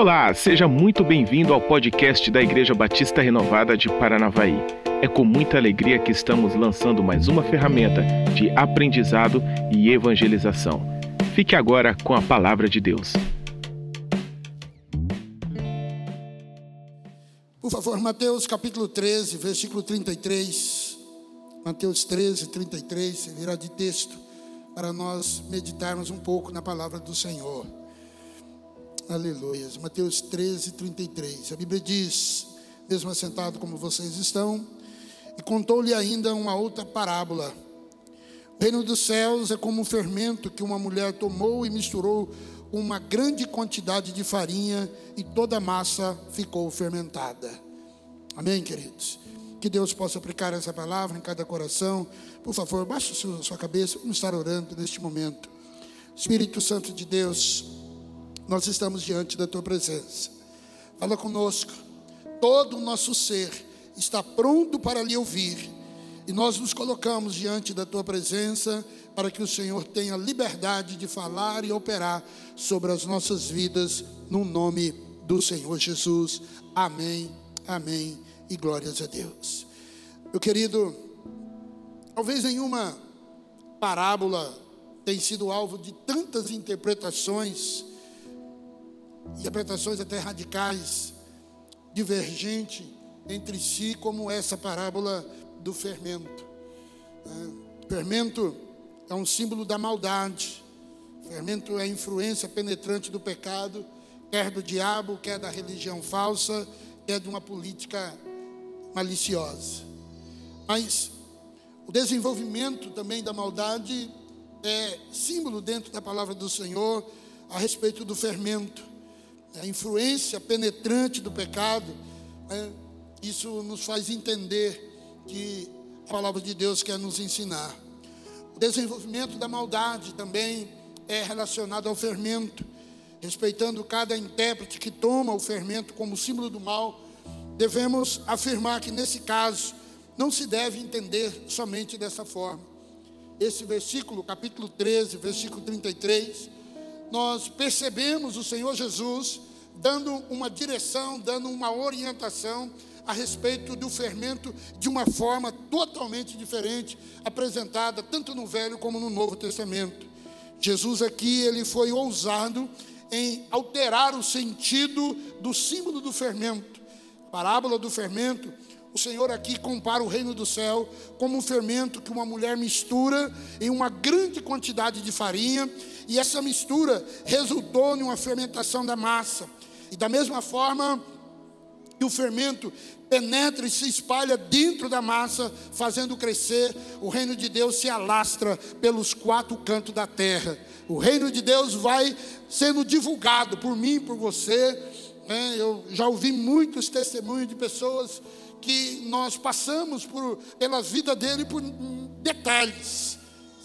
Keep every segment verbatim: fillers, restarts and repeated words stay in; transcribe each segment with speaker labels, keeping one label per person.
Speaker 1: Olá, seja muito bem-vindo ao podcast da Igreja Batista Renovada de Paranavaí. É com muita alegria que estamos lançando mais uma ferramenta de aprendizado e evangelização. Fique agora com a Palavra de Deus.
Speaker 2: Por favor, Mateus capítulo treze, versículo trinta e três. Mateus treze, trinta e três, se virá de texto para nós meditarmos um pouco na palavra do Senhor. Aleluia. Mateus treze, trinta e três. A Bíblia diz, mesmo assentado como vocês estão, e contou-lhe ainda uma outra parábola. O reino dos céus é como um fermento que uma mulher tomou e misturou uma grande quantidade de farinha e toda a massa ficou fermentada. Amém, queridos? Que Deus possa aplicar essa palavra em cada coração. Por favor, baixe a sua cabeça, vamos estar orando neste momento. Espírito Santo de Deus, nós estamos diante da Tua presença. Fala conosco. Todo o nosso ser está pronto para lhe ouvir. E nós nos colocamos diante da Tua presença para que o Senhor tenha liberdade de falar e operar sobre as nossas vidas, no nome do Senhor Jesus. Amém, amém e glórias a Deus. Meu querido, talvez nenhuma parábola tenha sido alvo de tantas interpretações, interpretações até radicais, divergentes entre si, como essa parábola do fermento. O fermento é um símbolo da maldade. O fermento é a influência penetrante do pecado, quer do diabo, quer da religião falsa, quer de uma política maliciosa. Mas o desenvolvimento também da maldade é símbolo dentro da palavra do Senhor a respeito do fermento. A influência penetrante do pecado, né? Isso nos faz entender que a palavra de Deus quer nos ensinar. O desenvolvimento da maldade também é relacionado ao fermento. Respeitando cada intérprete que toma o fermento como símbolo do mal, devemos afirmar que nesse caso não se deve entender somente dessa forma. Esse versículo, capítulo treze, versículo trinta e três, nós percebemos o Senhor Jesus dando uma direção, dando uma orientação a respeito do fermento de uma forma totalmente diferente, apresentada tanto no Velho como no Novo Testamento. Jesus aqui, ele foi ousado em alterar o sentido do símbolo do fermento. A parábola do fermento, o Senhor aqui compara o reino do céu como um fermento que uma mulher mistura em uma grande quantidade de farinha, e essa mistura resultou em uma fermentação da massa. E da mesma forma que o fermento penetra e se espalha dentro da massa, fazendo crescer, o reino de Deus se alastra pelos quatro cantos da terra. O reino de Deus vai sendo divulgado por mim, por você, né? Eu já ouvi muitos testemunhos de pessoas que nós passamos por, pela vida dele por detalhes.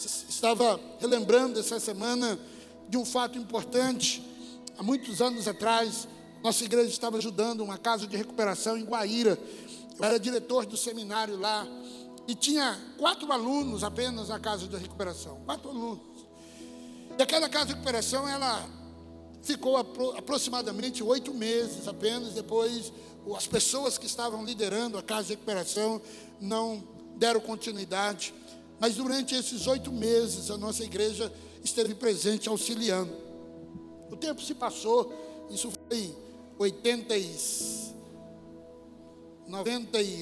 Speaker 2: Estava relembrando essa semana de um fato importante. Há muitos anos atrás, nossa igreja estava ajudando uma casa de recuperação em Guaíra. Eu era diretor do seminário lá. E tinha quatro alunos apenas na casa de recuperação. Quatro alunos. E aquela casa de recuperação, ela ficou apro- aproximadamente oito meses apenas. Depois, as pessoas que estavam liderando a casa de recuperação não deram continuidade. Mas durante esses oito meses, a nossa igreja esteve presente, auxiliando. O tempo se passou, isso foi em oitenta e noventa e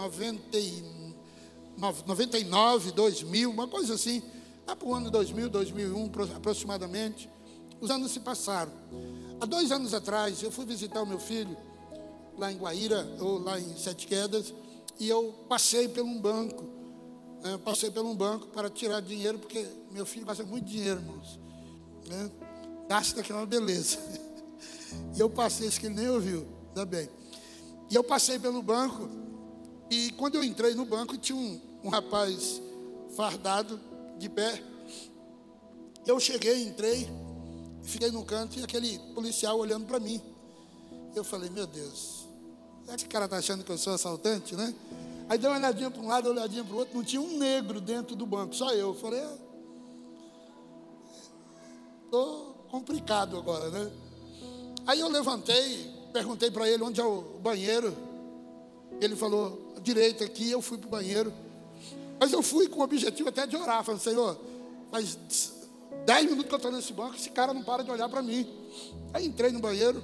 Speaker 2: nove, dois mil, uma coisa assim, lá para o ano dois mil, dois mil e um aproximadamente. Os anos se passaram. Há dois anos atrás, eu fui visitar o meu filho lá em Guaíra, ou lá em Sete Quedas, e eu passei por um banco, né? passei por um banco para tirar dinheiro, porque meu filho gasta muito dinheiro, irmãos, né? Gasta que é uma beleza. E eu passei, isso que ele nem ouviu, ainda bem. E eu passei pelo banco, e quando eu entrei no banco, tinha um, um rapaz fardado, de pé. Eu cheguei, entrei, fiquei no canto, e aquele policial olhando para mim. Eu falei, meu Deus, será que esse cara está achando que eu sou assaltante, né? Aí deu uma olhadinha para um lado, uma olhadinha para o outro, não tinha um negro dentro do banco, só eu. Eu falei, estou complicado agora, né? Aí eu levantei, perguntei para ele onde é o banheiro. Ele falou, direito aqui. Eu fui para o banheiro. Mas eu fui com o objetivo até de orar. Falei, Senhor, faz dez minutos que eu estou nesse banco, esse cara não para de olhar para mim. Aí entrei no banheiro.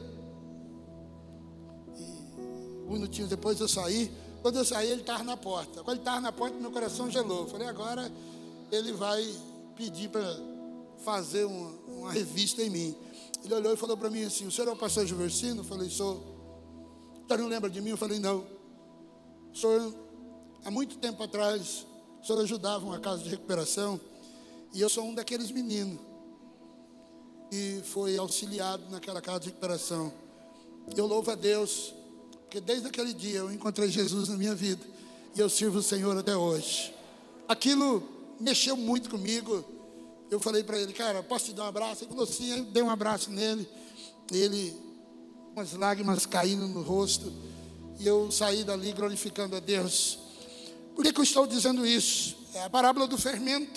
Speaker 2: E um minutinho depois eu saí. Quando eu saí, ele estava na porta. Quando ele estava na porta, meu coração gelou. Falei, agora ele vai pedir para fazer uma, uma revista em mim. Ele olhou e falou para mim assim, o senhor é o pastor Juversino? Eu falei, sou. O senhor não lembra de mim? Eu falei, não. O senhor, há muito tempo atrás, o senhor ajudava uma casa de recuperação, e eu sou um daqueles meninos que foi auxiliado naquela casa de recuperação. Eu louvo a Deus, porque desde aquele dia eu encontrei Jesus na minha vida, e eu sirvo o Senhor até hoje. Aquilo mexeu muito comigo. Eu falei para ele, cara, posso te dar um abraço? Ele falou sim, eu dei um abraço nele. Ele, umas lágrimas caindo no rosto. E eu saí dali glorificando a Deus. Por que que eu estou dizendo isso? É a parábola do fermento.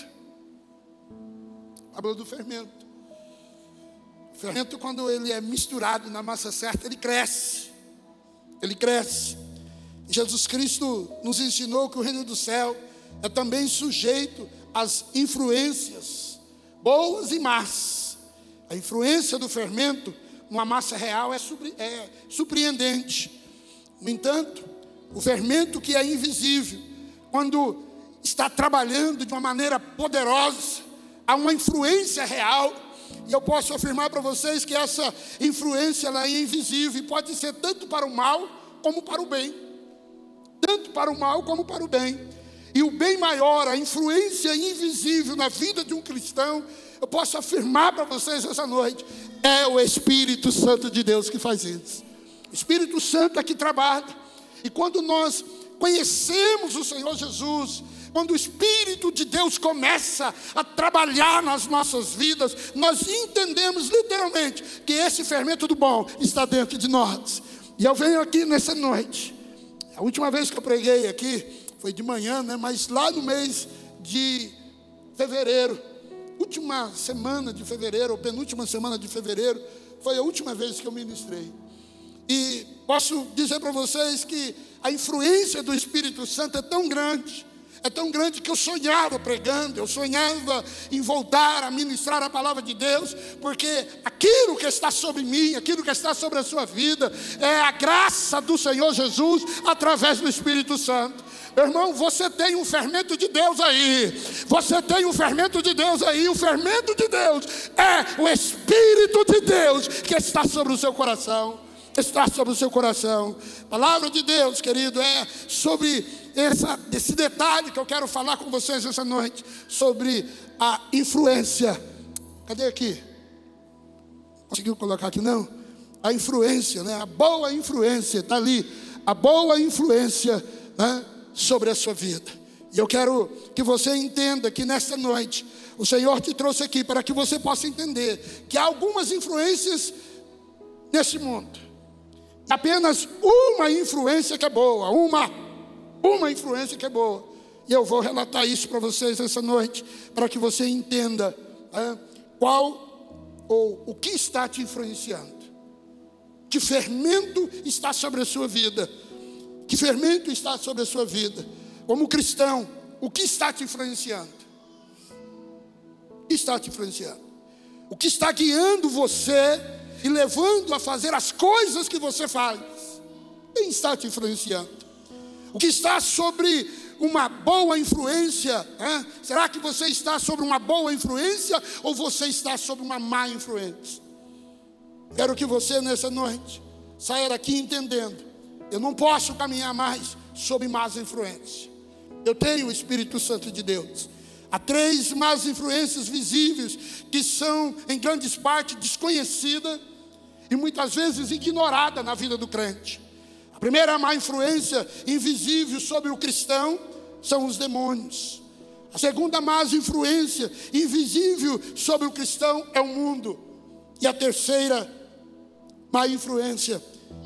Speaker 2: A parábola do fermento. O fermento, quando ele é misturado na massa certa, ele cresce. Ele cresce. Jesus Cristo nos ensinou que o reino do céu é também sujeito às influências boas e más. A influência do fermento numa massa real é, supri, é surpreendente. No entanto, o fermento que é invisível, quando está trabalhando de uma maneira poderosa, há uma influência real. E eu posso afirmar para vocês que essa influência ela é invisível e pode ser tanto para o mal como para o bem. Tanto para o mal como para o bem. E o bem maior, a influência invisível na vida de um cristão, eu posso afirmar para vocês essa noite, é o Espírito Santo de Deus que faz isso. O Espírito Santo é que trabalha. E quando nós conhecemos o Senhor Jesus, quando o Espírito de Deus começa a trabalhar nas nossas vidas, nós entendemos literalmente que esse fermento do bom está dentro de nós. E eu venho aqui nessa noite, a última vez que eu preguei aqui, foi de manhã, né? Mas lá no mês de fevereiro, última semana de fevereiro, ou penúltima semana de fevereiro, foi a última vez que eu ministrei. E posso dizer para vocês que a influência do Espírito Santo é tão grande, é tão grande que eu sonhava pregando, eu sonhava em voltar a ministrar a palavra de Deus, porque aquilo que está sobre mim, aquilo que está sobre a sua vida, é a graça do Senhor Jesus através do Espírito Santo. Meu irmão, você tem um fermento de Deus aí. Você tem um fermento de Deus aí. O fermento de Deus é o Espírito de Deus que está sobre o seu coração. Está sobre o seu coração. A palavra de Deus, querido, é sobre essa, esse detalhe que eu quero falar com vocês essa noite. Sobre a influência. Cadê aqui? Conseguiu colocar aqui? Não? A influência, né? A boa influência, está ali. A boa influência, né? Sobre a sua vida. E eu quero que você entenda que nesta noite o Senhor te trouxe aqui para que você possa entender que há algumas influências nesse mundo. Apenas uma influência que é boa, uma, uma influência que é boa. E eu vou relatar isso para vocês essa noite, para que você entenda é, qual ou o que está te influenciando. Que fermento está sobre a sua vida. Que fermento está sobre a sua vida? Como cristão, o que está te influenciando? O que está te influenciando? O que está guiando você e levando a fazer as coisas que você faz? Quem está te influenciando? O que está sobre uma boa influência? Hein? Será que você está sobre uma boa influência ou você está sobre uma má influência? Quero que você nessa noite saia daqui entendendo. Eu não posso caminhar mais sob más influências. Eu tenho o Espírito Santo de Deus. Há três más influências visíveis que são em grandes partes desconhecidas e muitas vezes ignorada na vida do crente. A primeira má influência invisível sobre o cristão são os demônios. A segunda má influência invisível sobre o cristão é o mundo. E a terceira má influência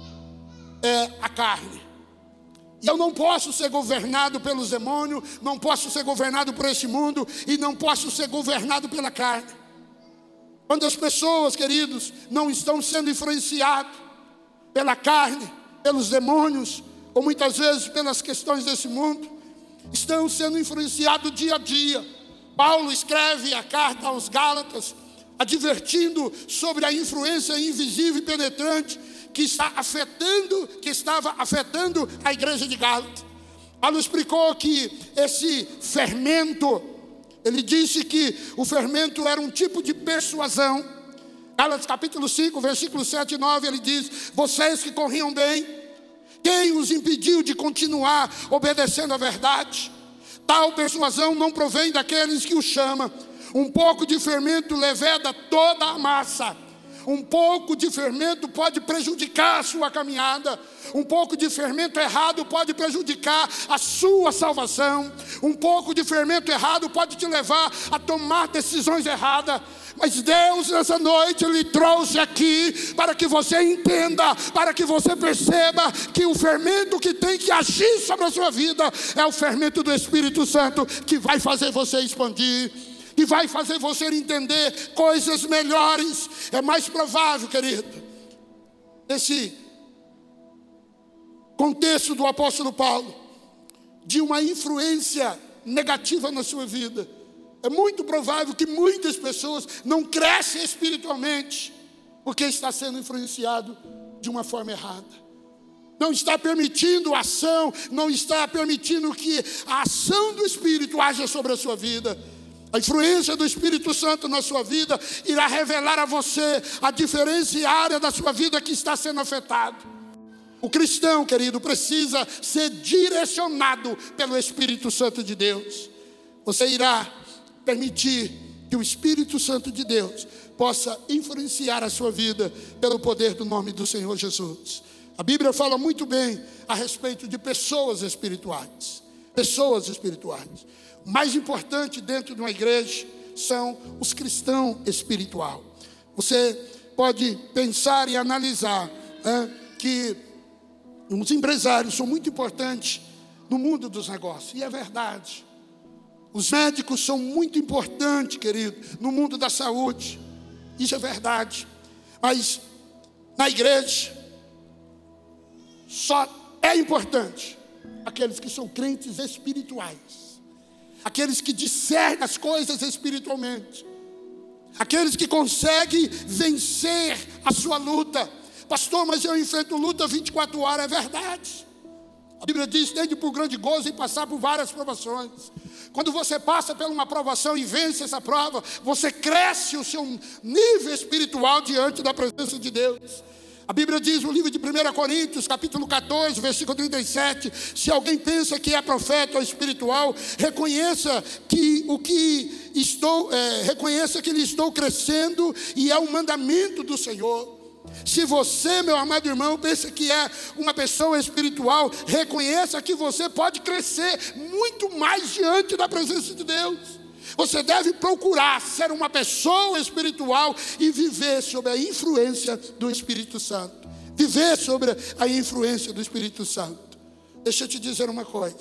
Speaker 2: é a carne. E eu não posso ser governado pelos demônios, não posso ser governado por esse mundo e não posso ser governado pela carne. Quando as pessoas, queridos, não estão sendo influenciadas pela carne, pelos demônios, ou muitas vezes pelas questões desse mundo, estão sendo influenciados dia a dia. Paulo escreve a carta aos Gálatas, advertindo sobre a influência invisível e penetrante que está afetando, que estava afetando a igreja de Gálatas. Paulo explicou que esse fermento, ele disse que o fermento era um tipo de persuasão. Gálatas capítulo cinco, versículos sete e nove, ele diz: vocês que corriam bem, quem os impediu de continuar obedecendo a verdade? Tal persuasão não provém daqueles que o chamam. Um pouco de fermento leveda toda a massa. Um pouco de fermento pode prejudicar a sua caminhada. Um pouco de fermento errado pode prejudicar a sua salvação. Um pouco de fermento errado pode te levar a tomar decisões erradas. Mas Deus, nessa noite, Ele trouxe aqui para que você entenda, para que você perceba que o fermento que tem que agir sobre a sua vida é o fermento do Espírito Santo, que vai fazer você expandir, que vai fazer você entender coisas melhores. É mais provável, querido, nesse contexto do apóstolo Paulo, de uma influência negativa na sua vida, é muito provável que muitas pessoas não crescem espiritualmente, porque está sendo influenciado de uma forma errada. Não está permitindo a ação, não está permitindo que a ação do Espírito haja sobre a sua vida. A influência do Espírito Santo na sua vida irá revelar a você a diferença e a área da sua vida que está sendo afetada. O cristão, querido, precisa ser direcionado pelo Espírito Santo de Deus. Você irá permitir que o Espírito Santo de Deus possa influenciar a sua vida pelo poder do nome do Senhor Jesus. A Bíblia fala muito bem a respeito de pessoas espirituais. Pessoas espirituais. O mais importante dentro de uma igreja são os cristãos espirituais. Você pode pensar e analisar, né, que os empresários são muito importantes no mundo dos negócios. E é verdade. Os médicos são muito importantes, querido, no mundo da saúde. Isso é verdade. Mas na igreja só é importante aqueles que são crentes espirituais. Aqueles que discernem as coisas espiritualmente. Aqueles que conseguem vencer a sua luta. Pastor, mas eu enfrento luta vinte e quatro horas. É verdade. A Bíblia diz: tende por grande gozo em passar por várias provações. Quando você passa por uma provação e vence essa prova, você cresce o seu nível espiritual diante da presença de Deus. A Bíblia diz no livro de primeira Coríntios, capítulo catorze, versículo trinta e sete, se alguém pensa que é profeta ou espiritual, reconheça que o que estou, é, reconheça que lhe estou crescendo e é um mandamento do Senhor. Se você, meu amado irmão, pensa que é uma pessoa espiritual, reconheça que você pode crescer muito mais diante da presença de Deus. Você deve procurar ser uma pessoa espiritual e viver sob a influência do Espírito Santo. Viver sobre a influência do Espírito Santo. Deixa eu te dizer uma coisa.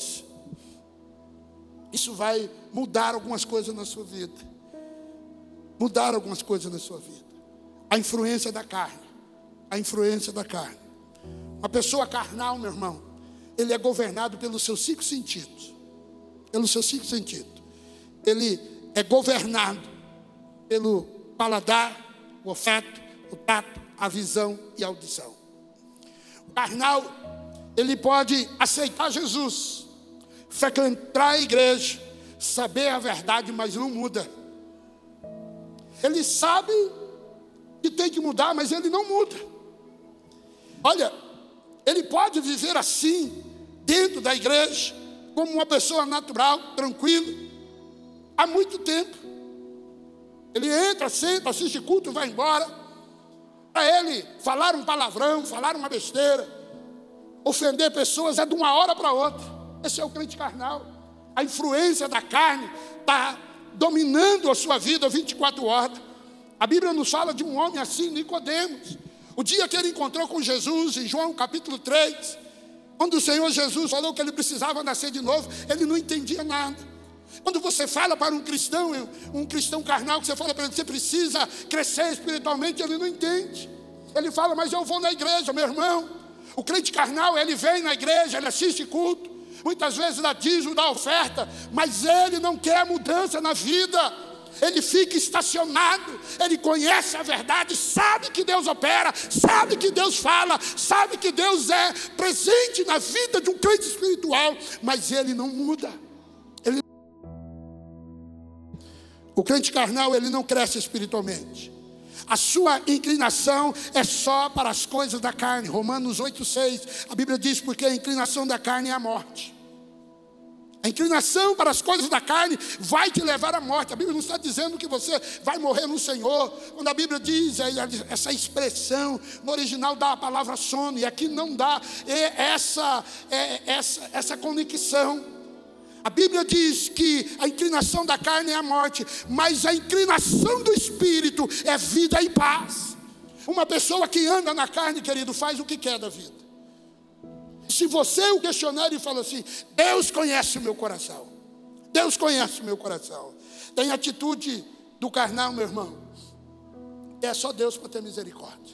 Speaker 2: Isso vai mudar algumas coisas na sua vida. Mudar algumas coisas na sua vida. A influência da carne. A influência da carne. Uma pessoa carnal, meu irmão, ele é governado pelos seus cinco sentidos. Pelos seus cinco sentidos. Ele é governado pelo paladar, o olfato, o tato, a visão e a audição. O carnal, ele pode aceitar Jesus, frequentar a igreja, saber a verdade, mas não muda. Ele sabe que tem que mudar, mas ele não muda. Olha, ele pode viver assim, dentro da igreja, como uma pessoa natural, tranquila, há muito tempo. Ele entra, senta, assiste culto e vai embora. Para ele falar um palavrão, falar uma besteira, ofender pessoas é de uma hora para outra. Esse é o crente carnal. A influência da carne está dominando a sua vida vinte e quatro horas. A Bíblia nos fala de um homem assim, Nicodemos. O dia que ele encontrou com Jesus, em João capítulo três, quando o Senhor Jesus falou que ele precisava nascer de novo, ele não entendia nada. Quando você fala para um cristão, um cristão carnal, que você fala para ele que você precisa crescer espiritualmente, ele não entende. Ele fala, mas eu vou na igreja, meu irmão. O crente carnal, ele vem na igreja, ele assiste culto, muitas vezes dá dízimo, dá oferta, mas ele não quer mudança na vida. Ele fica estacionado, ele conhece a verdade, sabe que Deus opera, sabe que Deus fala, sabe que Deus é presente na vida de um crente espiritual, mas ele não muda. Ele... O crente carnal, ele não cresce espiritualmente. A sua inclinação é só para as coisas da carne. Romanos oito, seis, a Bíblia diz, porque a inclinação da carne é a morte. A inclinação para as coisas da carne vai te levar à morte. A Bíblia não está dizendo que você vai morrer no Senhor. Quando a Bíblia diz essa expressão, no original dá a palavra sono, e aqui não dá essa, essa, essa conexão. A Bíblia diz que a inclinação da carne é a morte, mas a inclinação do Espírito é vida e paz. Uma pessoa que anda na carne, querido, faz o que quer da vida. Se você o questionar e fala assim, Deus conhece o meu coração, Deus conhece o meu coração, tem atitude do carnal, meu irmão, é só Deus para ter misericórdia.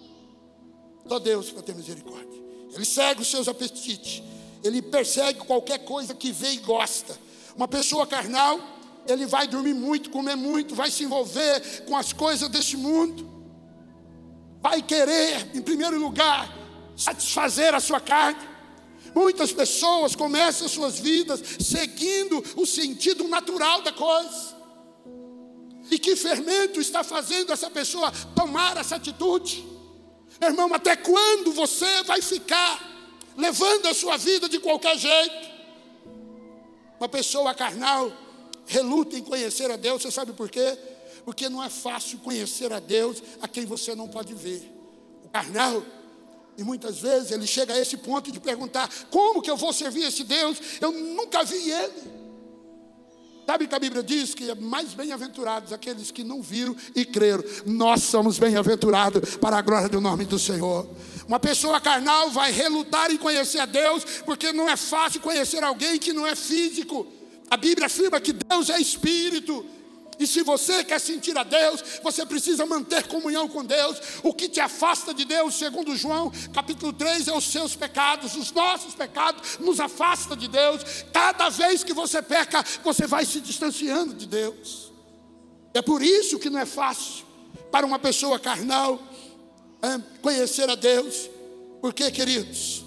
Speaker 2: Só Deus para ter misericórdia. Ele segue os seus apetites, ele persegue qualquer coisa que vê e gosta. Uma pessoa carnal, ele vai dormir muito, comer muito, vai se envolver com as coisas deste mundo, vai querer, em primeiro lugar, satisfazer a sua carne. Muitas pessoas começam suas vidas seguindo o sentido natural da coisa. E que fermento está fazendo essa pessoa tomar essa atitude? Meu irmão, até quando você vai ficar levando a sua vida de qualquer jeito? Uma pessoa carnal reluta em conhecer a Deus. Você sabe por quê? Porque não é fácil conhecer a Deus a quem você não pode ver. O carnal, e muitas vezes ele chega a esse ponto de perguntar, como que eu vou servir esse Deus? Eu nunca vi ele. Sabe que a Bíblia diz que é mais bem-aventurados aqueles que não viram e creram. Nós somos bem-aventurados para a glória do nome do Senhor. Uma pessoa carnal vai relutar em conhecer a Deus, porque não é fácil conhecer alguém que não é físico. A Bíblia afirma que Deus é espírito. E se você quer sentir a Deus, você precisa manter comunhão com Deus. O que te afasta de Deus, segundo João, capítulo três, é os seus pecados. Os nossos pecados nos afastam de Deus. Cada vez que você peca, você vai se distanciando de Deus. É por isso que não é fácil para uma pessoa carnal é, conhecer a Deus. Porque, queridos,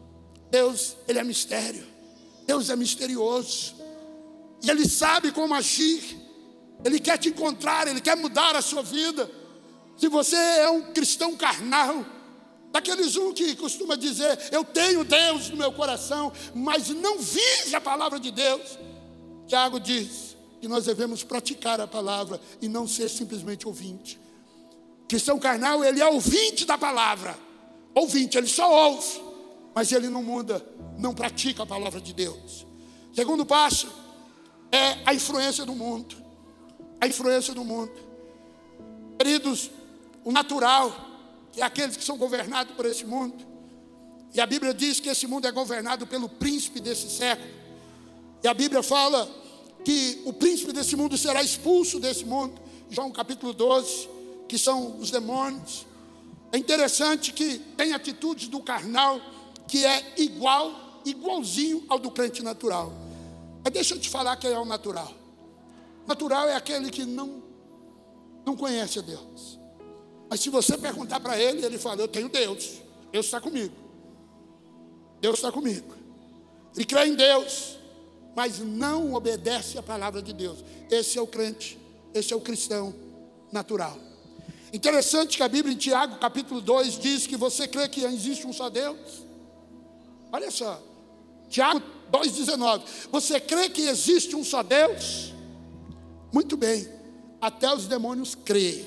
Speaker 2: Deus, Ele é mistério. Deus é misterioso. E Ele sabe como agir. Ele quer te encontrar, Ele quer mudar a sua vida. Se você é um cristão carnal, daqueles um que costuma dizer, eu tenho Deus no meu coração, mas não vive a palavra de Deus, Tiago diz que nós devemos praticar a palavra e não ser simplesmente ouvinte. Cristão carnal, ele é ouvinte da palavra. Ouvinte, ele só ouve, mas ele não muda, não pratica a palavra de Deus. Segundo passo é a influência do mundo. A influência do mundo. Queridos, o natural, que é aqueles que são governados por esse mundo. E a Bíblia diz que esse mundo é governado pelo príncipe desse século. E a Bíblia fala que o príncipe desse mundo será expulso desse mundo. João capítulo doze, que são os demônios. É interessante que tem atitudes do carnal que é igual, igualzinho ao do crente natural. Mas deixa eu te falar que é o natural. Natural é aquele que não, não conhece a Deus. Mas se você perguntar para ele, ele fala, eu tenho Deus. Deus está comigo. Deus está comigo. Ele crê em Deus, mas não obedece à palavra de Deus. Esse é o crente, esse é o cristão natural. Interessante que a Bíblia em Tiago capítulo dois diz que você crê que existe um só Deus. Olha só, Tiago dois, dezenove. Você crê que existe um só Deus? Muito bem, até os demônios creem.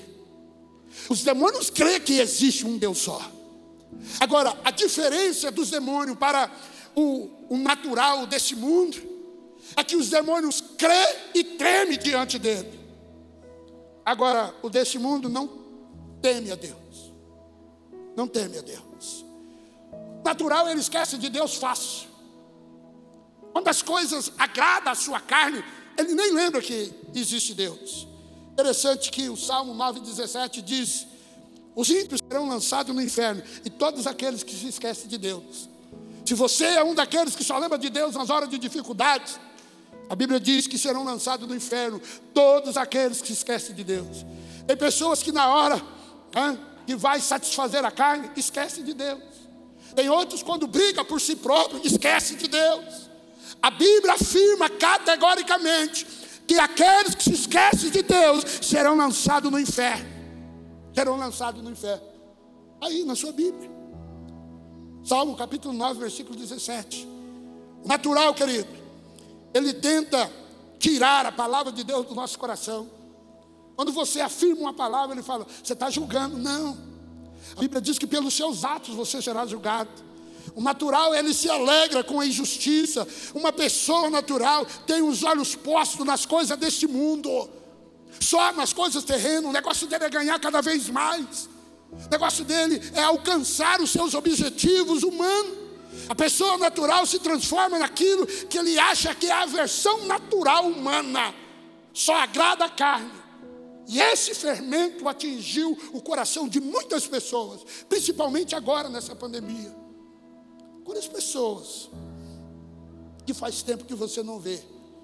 Speaker 2: Os demônios creem que existe um Deus só. Agora, a diferença dos demônios para o, o natural desse mundo é que os demônios creem e tremem diante dele. Agora, o desse mundo não teme a Deus. Não teme a Deus. O natural, ele esquece de Deus fácil. Quando as coisas agradam a sua carne, ele nem lembra que existe Deus. Interessante que o Salmo nove, dezessete diz: os ímpios serão lançados no inferno, e todos aqueles que se esquecem de Deus. Se você é um daqueles que só lembra de Deus nas horas de dificuldades, a Bíblia diz que serão lançados no inferno todos aqueles que se esquecem de Deus. Tem pessoas que na hora hein, que vai satisfazer a carne, esquecem de Deus. Tem outros quando briga por si próprio, esquecem de Deus. A Bíblia afirma categoricamente que aqueles que se esquecem de Deus serão lançados no inferno. Serão lançados no inferno. Aí na sua Bíblia. Salmo capítulo nove, versículo dezessete. O natural, querido, ele tenta tirar a palavra de Deus do nosso coração. Quando você afirma uma palavra, ele fala: você está julgando. Não. A Bíblia diz que pelos seus atos você será julgado. O natural, ele se alegra com a injustiça. Uma pessoa natural tem os olhos postos nas coisas deste mundo, só nas coisas terrenas. O negócio dele é ganhar cada vez mais. O negócio dele é alcançar os seus objetivos humanos. A pessoa natural se transforma naquilo que ele acha que é a versão natural humana. Só agrada a carne. E esse fermento atingiu o coração de muitas pessoas, principalmente agora nessa pandemia. Quantas pessoas que faz tempo que você não vê?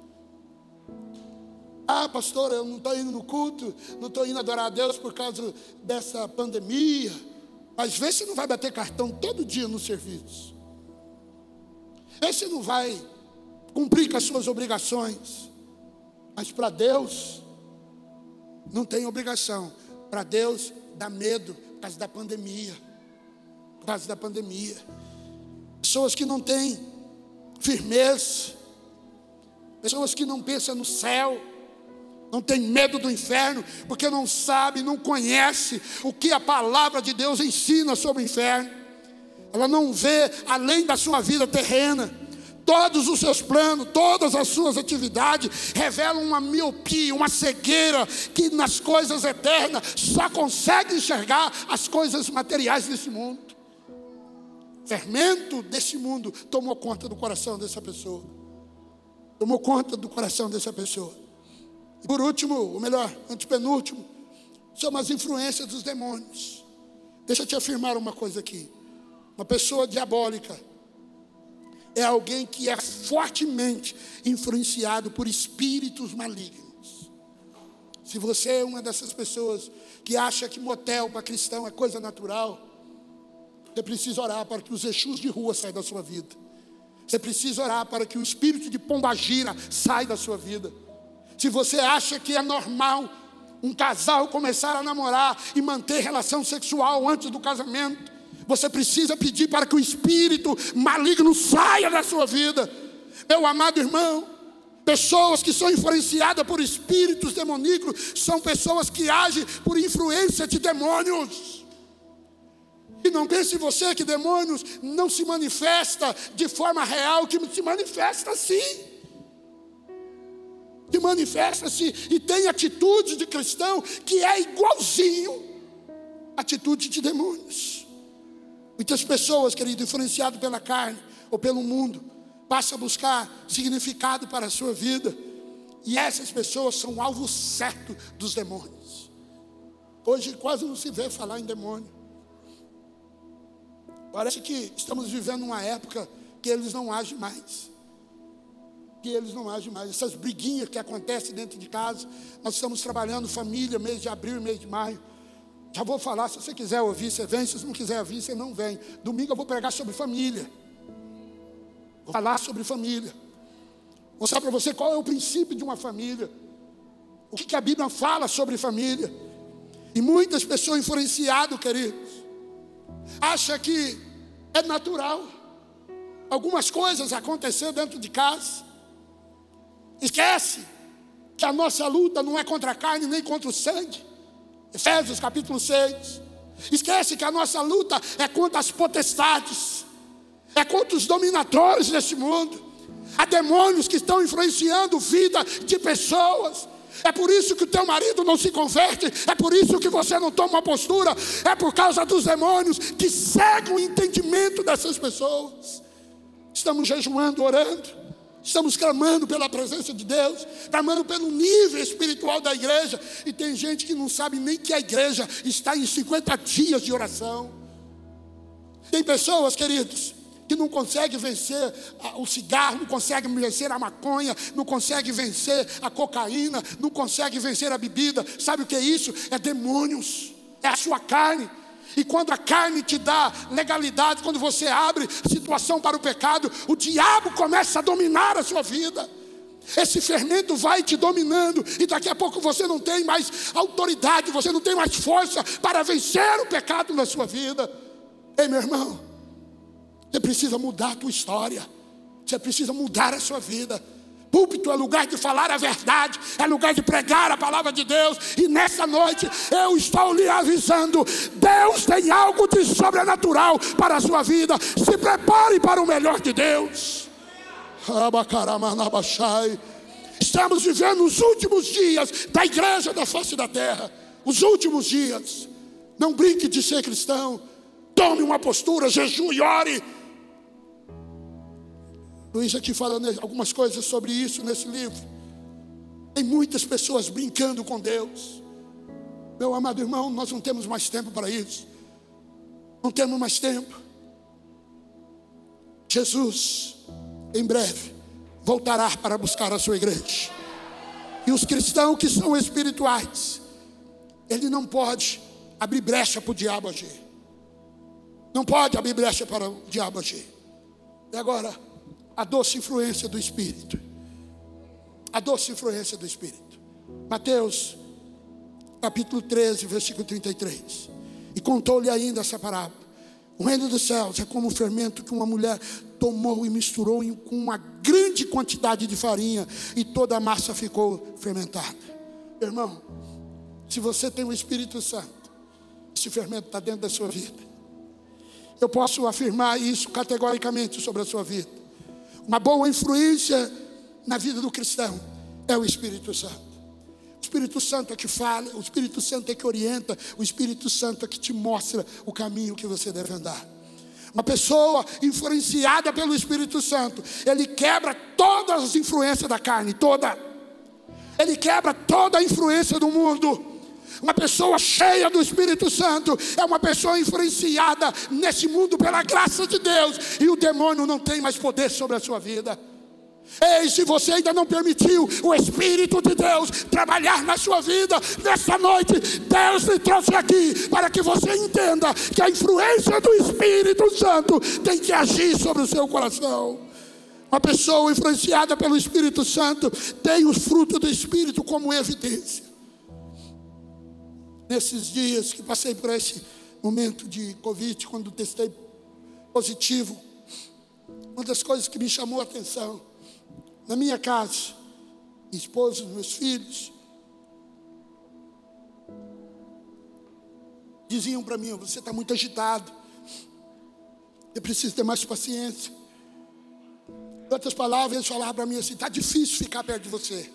Speaker 2: Ah, pastor, eu não estou indo no culto, não estou indo adorar a Deus por causa dessa pandemia. Mas vê se não vai bater cartão todo dia no serviço. Vê se não vai cumprir com as suas obrigações. Mas para Deus não tem obrigação. Para Deus dá medo por causa da pandemia. Por causa da pandemia. Pessoas que não têm firmeza. Pessoas que não pensam no céu. Não tem medo do inferno, porque não sabe, não conhece o que a palavra de Deus ensina sobre o inferno. Ela não vê além da sua vida terrena. Todos os seus planos, todas as suas atividades revelam uma miopia, uma cegueira, que nas coisas eternas só consegue enxergar as coisas materiais desse mundo. O fermento desse mundo tomou conta do coração dessa pessoa. Tomou conta do coração dessa pessoa. Por último, ou melhor, antepenúltimo, são as influências dos demônios. Deixa eu te afirmar uma coisa aqui. Uma pessoa diabólica é alguém que é fortemente influenciado por espíritos malignos. Se você é uma dessas pessoas que acha que motel para cristão é coisa natural, você precisa orar para que os Exus de rua saiam da sua vida. Você precisa orar para que o espírito de pombagira saia da sua vida. Se você acha que é normal um casal começar a namorar e manter relação sexual antes do casamento, você precisa pedir para que o espírito maligno saia da sua vida. Meu amado irmão, pessoas que são influenciadas por espíritos demoníacos são pessoas que agem por influência de demônios. E não pense você que demônios não se manifesta de forma real, que se manifesta sim. Que manifesta-se e tem atitude de cristão que é igualzinho à atitude de demônios. Muitas pessoas, querido, influenciadas pela carne ou pelo mundo, passam a buscar significado para a sua vida. E essas pessoas são alvo certo dos demônios. Hoje quase não se vê falar em demônio. Parece que estamos vivendo uma época que eles não agem mais. Que eles não agem mais. Essas briguinhas que acontecem dentro de casa. Nós estamos trabalhando família, mês de abril e mês de maio. Já vou falar, se você quiser ouvir, você vem. Se você não quiser ouvir, você não vem. Domingo eu vou pregar sobre família. Vou falar sobre família. Vou mostrar para você qual é o princípio de uma família. O que a Bíblia fala sobre família. E muitas pessoas influenciadas, queridos, acham que é natural algumas coisas acontecer dentro de casa. Esquece que a nossa luta não é contra a carne nem contra o sangue. Efésios capítulo seis. Esquece que a nossa luta é contra as potestades, é contra os dominadores deste mundo. Há demônios que estão influenciando a vida de pessoas. É por isso que o teu marido não se converte. É por isso que você não toma uma postura. É por causa dos demônios que cegam o entendimento dessas pessoas. Estamos jejuando, orando. Estamos clamando pela presença de Deus, clamando pelo nível espiritual da igreja. E tem gente que não sabe nem que a igreja está em cinquenta dias de oração. Tem pessoas, queridos, que não conseguem vencer o cigarro, não conseguem vencer a maconha, não conseguem vencer a cocaína, não conseguem vencer a bebida. Sabe o que é isso? É demônios, é a sua carne. E quando a carne te dá legalidade, quando você abre situação para o pecado, o diabo começa a dominar a sua vida. Esse fermento vai te dominando, e daqui a pouco você não tem mais autoridade, você não tem mais força para vencer o pecado na sua vida. Ei, meu irmão, você precisa mudar a tua história, você precisa mudar a sua vida. Púlpito é lugar de falar a verdade, é lugar de pregar a palavra de Deus. E nessa noite eu estou lhe avisando: Deus tem algo de sobrenatural para a sua vida. Se prepare para o melhor de Deus. Estamos vivendo os últimos dias da igreja da face da terra. Os últimos dias. Não brinque de ser cristão. Tome uma postura, jejue e ore. Luiz aqui fala algumas coisas sobre isso nesse livro. Tem muitas pessoas brincando com Deus. Meu amado irmão, nós não temos mais tempo para isso. Não temos mais tempo. Jesus, em breve, voltará para buscar a sua igreja. E os cristãos que são espirituais, ele não pode abrir brecha para o diabo agir. Não pode abrir brecha para o diabo agir. E agora, a doce influência do Espírito. A doce influência do Espírito. Mateus, capítulo treze, versículo trinta e três. E contou-lhe ainda essa parábola. O reino dos céus é como um fermento que uma mulher tomou e misturou com uma grande quantidade de farinha, e toda a massa ficou fermentada. Irmão, se você tem o Espírito Santo, esse fermento está dentro da sua vida. Eu posso afirmar isso categoricamente sobre a sua vida. Uma boa influência na vida do cristão é o Espírito Santo. O Espírito Santo é que fala, o Espírito Santo é que orienta, o Espírito Santo é que te mostra o caminho que você deve andar. Uma pessoa influenciada pelo Espírito Santo, ele quebra todas as influências da carne, toda. Ele quebra toda a influência do mundo. Uma pessoa cheia do Espírito Santo é uma pessoa influenciada nesse mundo pela graça de Deus, e o demônio não tem mais poder sobre a sua vida. Ei, se você ainda não permitiu o Espírito de Deus trabalhar na sua vida, nessa noite Deus lhe trouxe aqui para que você entenda que a influência do Espírito Santo tem que agir sobre o seu coração. Uma pessoa influenciada pelo Espírito Santo tem os frutos do Espírito como evidência. Nesses dias que passei por esse momento de Covid, quando testei positivo, uma das coisas que me chamou a atenção, na minha casa, minha esposa, meus filhos, diziam para mim: você está muito agitado, eu preciso ter mais paciência. Em outras palavras, eles falavam para mim assim: está difícil ficar perto de você.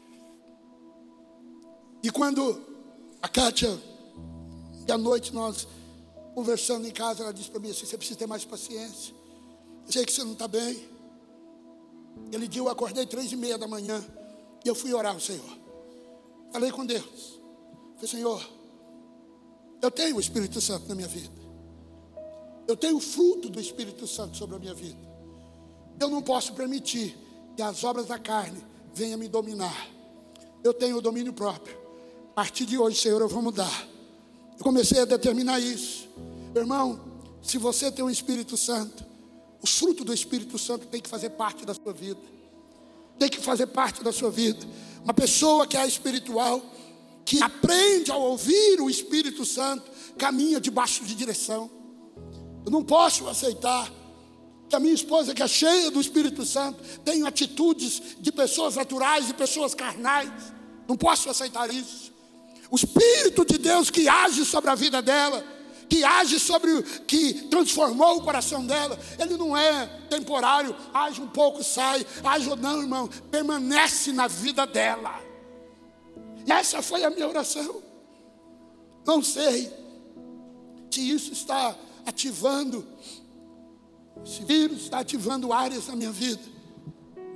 Speaker 2: E quando a Kátia, e à noite nós conversando em casa, ela disse para mim assim: você precisa ter mais paciência, eu sei que você não está bem. Aquele dia eu acordei três e meia da manhã, e eu fui orar ao Senhor. Falei com Deus, falei: Senhor, eu tenho o Espírito Santo na minha vida, eu tenho o fruto do Espírito Santo sobre a minha vida. Eu não posso permitir que as obras da carne venham me dominar. Eu tenho o domínio próprio. A partir de hoje, Senhor, eu vou mudar. Eu comecei a determinar isso. Meu irmão, se você tem o Espírito Santo, os frutos do Espírito Santo tem que fazer parte da sua vida. Tem que fazer parte da sua vida. Uma pessoa que é espiritual, que aprende a ouvir o Espírito Santo, caminha debaixo de direção. Eu não posso aceitar que a minha esposa, que é cheia do Espírito Santo, tenha atitudes de pessoas naturais e pessoas carnais. Não posso aceitar isso. O Espírito de Deus que age sobre a vida dela, que age sobre o que transformou o coração dela, ele não é temporário, age um pouco, sai, age ou não, irmão, permanece na vida dela. E essa foi a minha oração. Não sei se isso está ativando, esse vírus está ativando áreas da minha vida,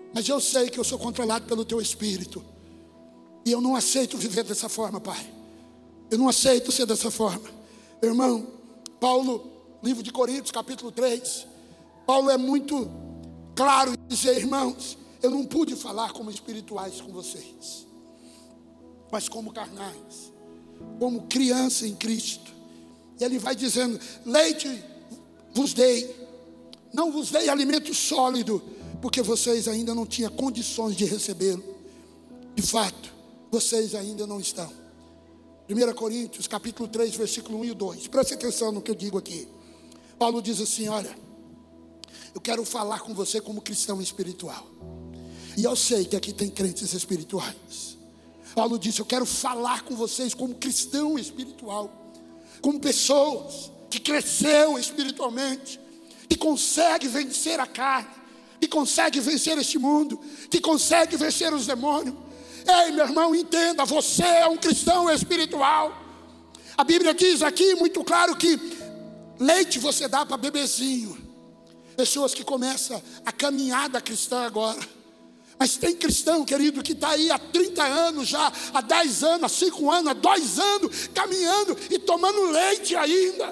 Speaker 2: Mas eu sei que eu sou controlado pelo teu Espírito. E eu não aceito viver dessa forma, Pai. Eu não aceito ser dessa forma. Meu irmão, Paulo, livro de Coríntios, capítulo três. Paulo é muito claro em dizer, irmãos, eu não pude falar como espirituais com vocês, mas como carnais, como criança em Cristo. E ele vai dizendo, leite vos dei, não vos dei alimento sólido, porque vocês ainda não tinham condições de recebê-lo. De fato, vocês ainda não estão. primeira Coríntios, capítulo três, versículo um e dois. Preste atenção no que eu digo aqui. Paulo diz assim, olha, eu quero falar com você como cristão espiritual. E eu sei que aqui tem crentes espirituais. Paulo disse, eu quero falar com vocês como cristão espiritual, como pessoas que cresceu espiritualmente, que consegue vencer a carne, que consegue vencer este mundo, que consegue vencer os demônios. Ei, meu irmão, entenda, você é um cristão espiritual. A Bíblia diz aqui muito claro que leite você dá para bebezinho. Pessoas que começam a caminhada cristã agora. Mas tem cristão, querido, que está aí há trinta anos já, há dez anos, há cinco anos, há dois anos, caminhando e tomando leite ainda.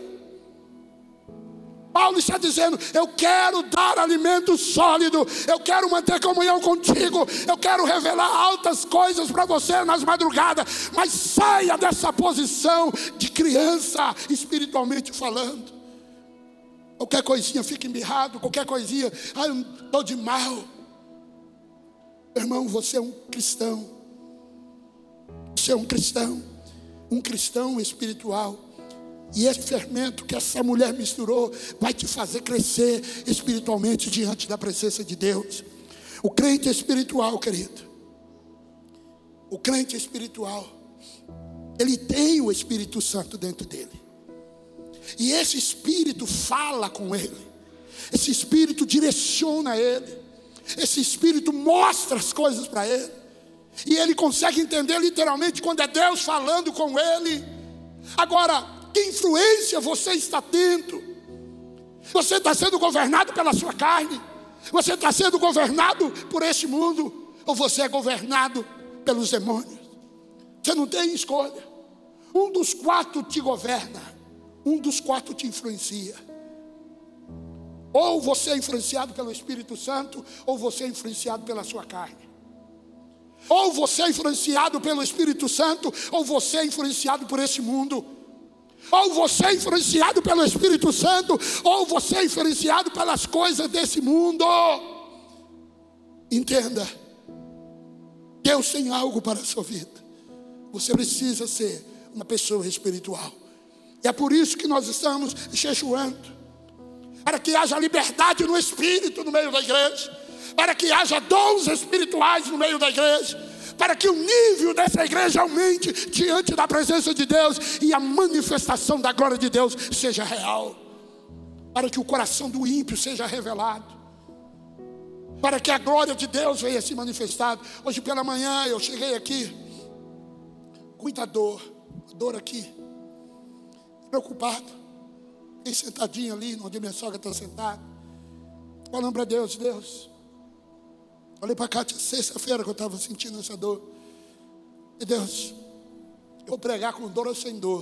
Speaker 2: Paulo está dizendo, eu quero dar alimento sólido, eu quero manter comunhão contigo, eu quero revelar altas coisas para você nas madrugadas, mas saia dessa posição de criança, espiritualmente falando. Qualquer coisinha fica embirrado, qualquer coisinha, ah, eu estou de mal. Irmão, você é um cristão. Você é um cristão. Um cristão espiritual. E esse fermento que essa mulher misturou vai te fazer crescer espiritualmente diante da presença de Deus. O crente espiritual, querido, o crente espiritual, ele tem o Espírito Santo dentro dele. E esse Espírito fala com ele. Esse Espírito direciona ele. Esse Espírito mostra as coisas para ele. E ele consegue entender literalmente quando é Deus falando com ele. Agora, que influência você está tendo? Você está sendo governado pela sua carne? Você está sendo governado por este mundo? Ou você é governado pelos demônios? Você não tem escolha. Um dos quatro te governa. Um dos quatro te influencia. Ou você é influenciado pelo Espírito Santo, ou você é influenciado pela sua carne. Ou você é influenciado pelo Espírito Santo, ou você é influenciado por esse mundo. Ou você é influenciado pelo Espírito Santo, ou você é influenciado pelas coisas desse mundo. Entenda, Deus tem algo para a sua vida. Você precisa ser uma pessoa espiritual. E é por isso que nós estamos jejuando, para que haja liberdade no Espírito no meio da igreja, para que haja dons espirituais no meio da igreja, para que o nível dessa igreja aumente diante da presença de Deus e a manifestação da glória de Deus seja real, para que o coração do ímpio seja revelado, para que a glória de Deus venha se manifestar. Hoje pela manhã eu cheguei aqui com muita dor, dor aqui, preocupado. Fiquei sentadinho ali, onde minha sogra está sentada, falando para Deus, Deus. Olhei para cá, sexta-feira que eu estava sentindo essa dor. E Deus, eu vou pregar com dor ou sem dor.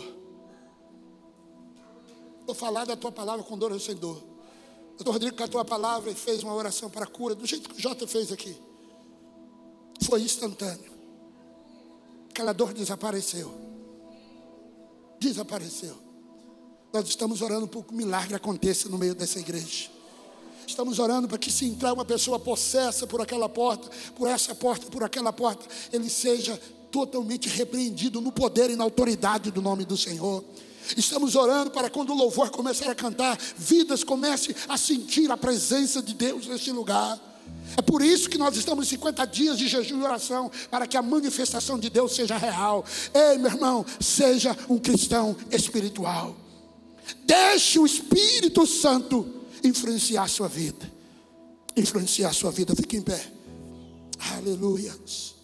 Speaker 2: Vou falar da tua palavra com dor ou sem dor. O doutor Rodrigo com a tua palavra e fez uma oração para a cura, do jeito que o Jota fez aqui. Foi instantâneo. Aquela dor desapareceu. Desapareceu. Nós estamos orando para que um milagre aconteça no meio dessa igreja. Estamos orando para que, se entrar uma pessoa possessa por aquela porta, por essa porta, por aquela porta, ele seja totalmente repreendido no poder e na autoridade do nome do Senhor. Estamos orando para quando o louvor começar a cantar, vidas comecem a sentir a presença de Deus neste lugar. É por isso que nós estamos em cinquenta dias de jejum e oração, para que a manifestação de Deus seja real. Ei, meu irmão, seja um cristão espiritual. Deixe o Espírito Santo influenciar a sua vida. Influenciar a sua vida. Fique em pé. Aleluia.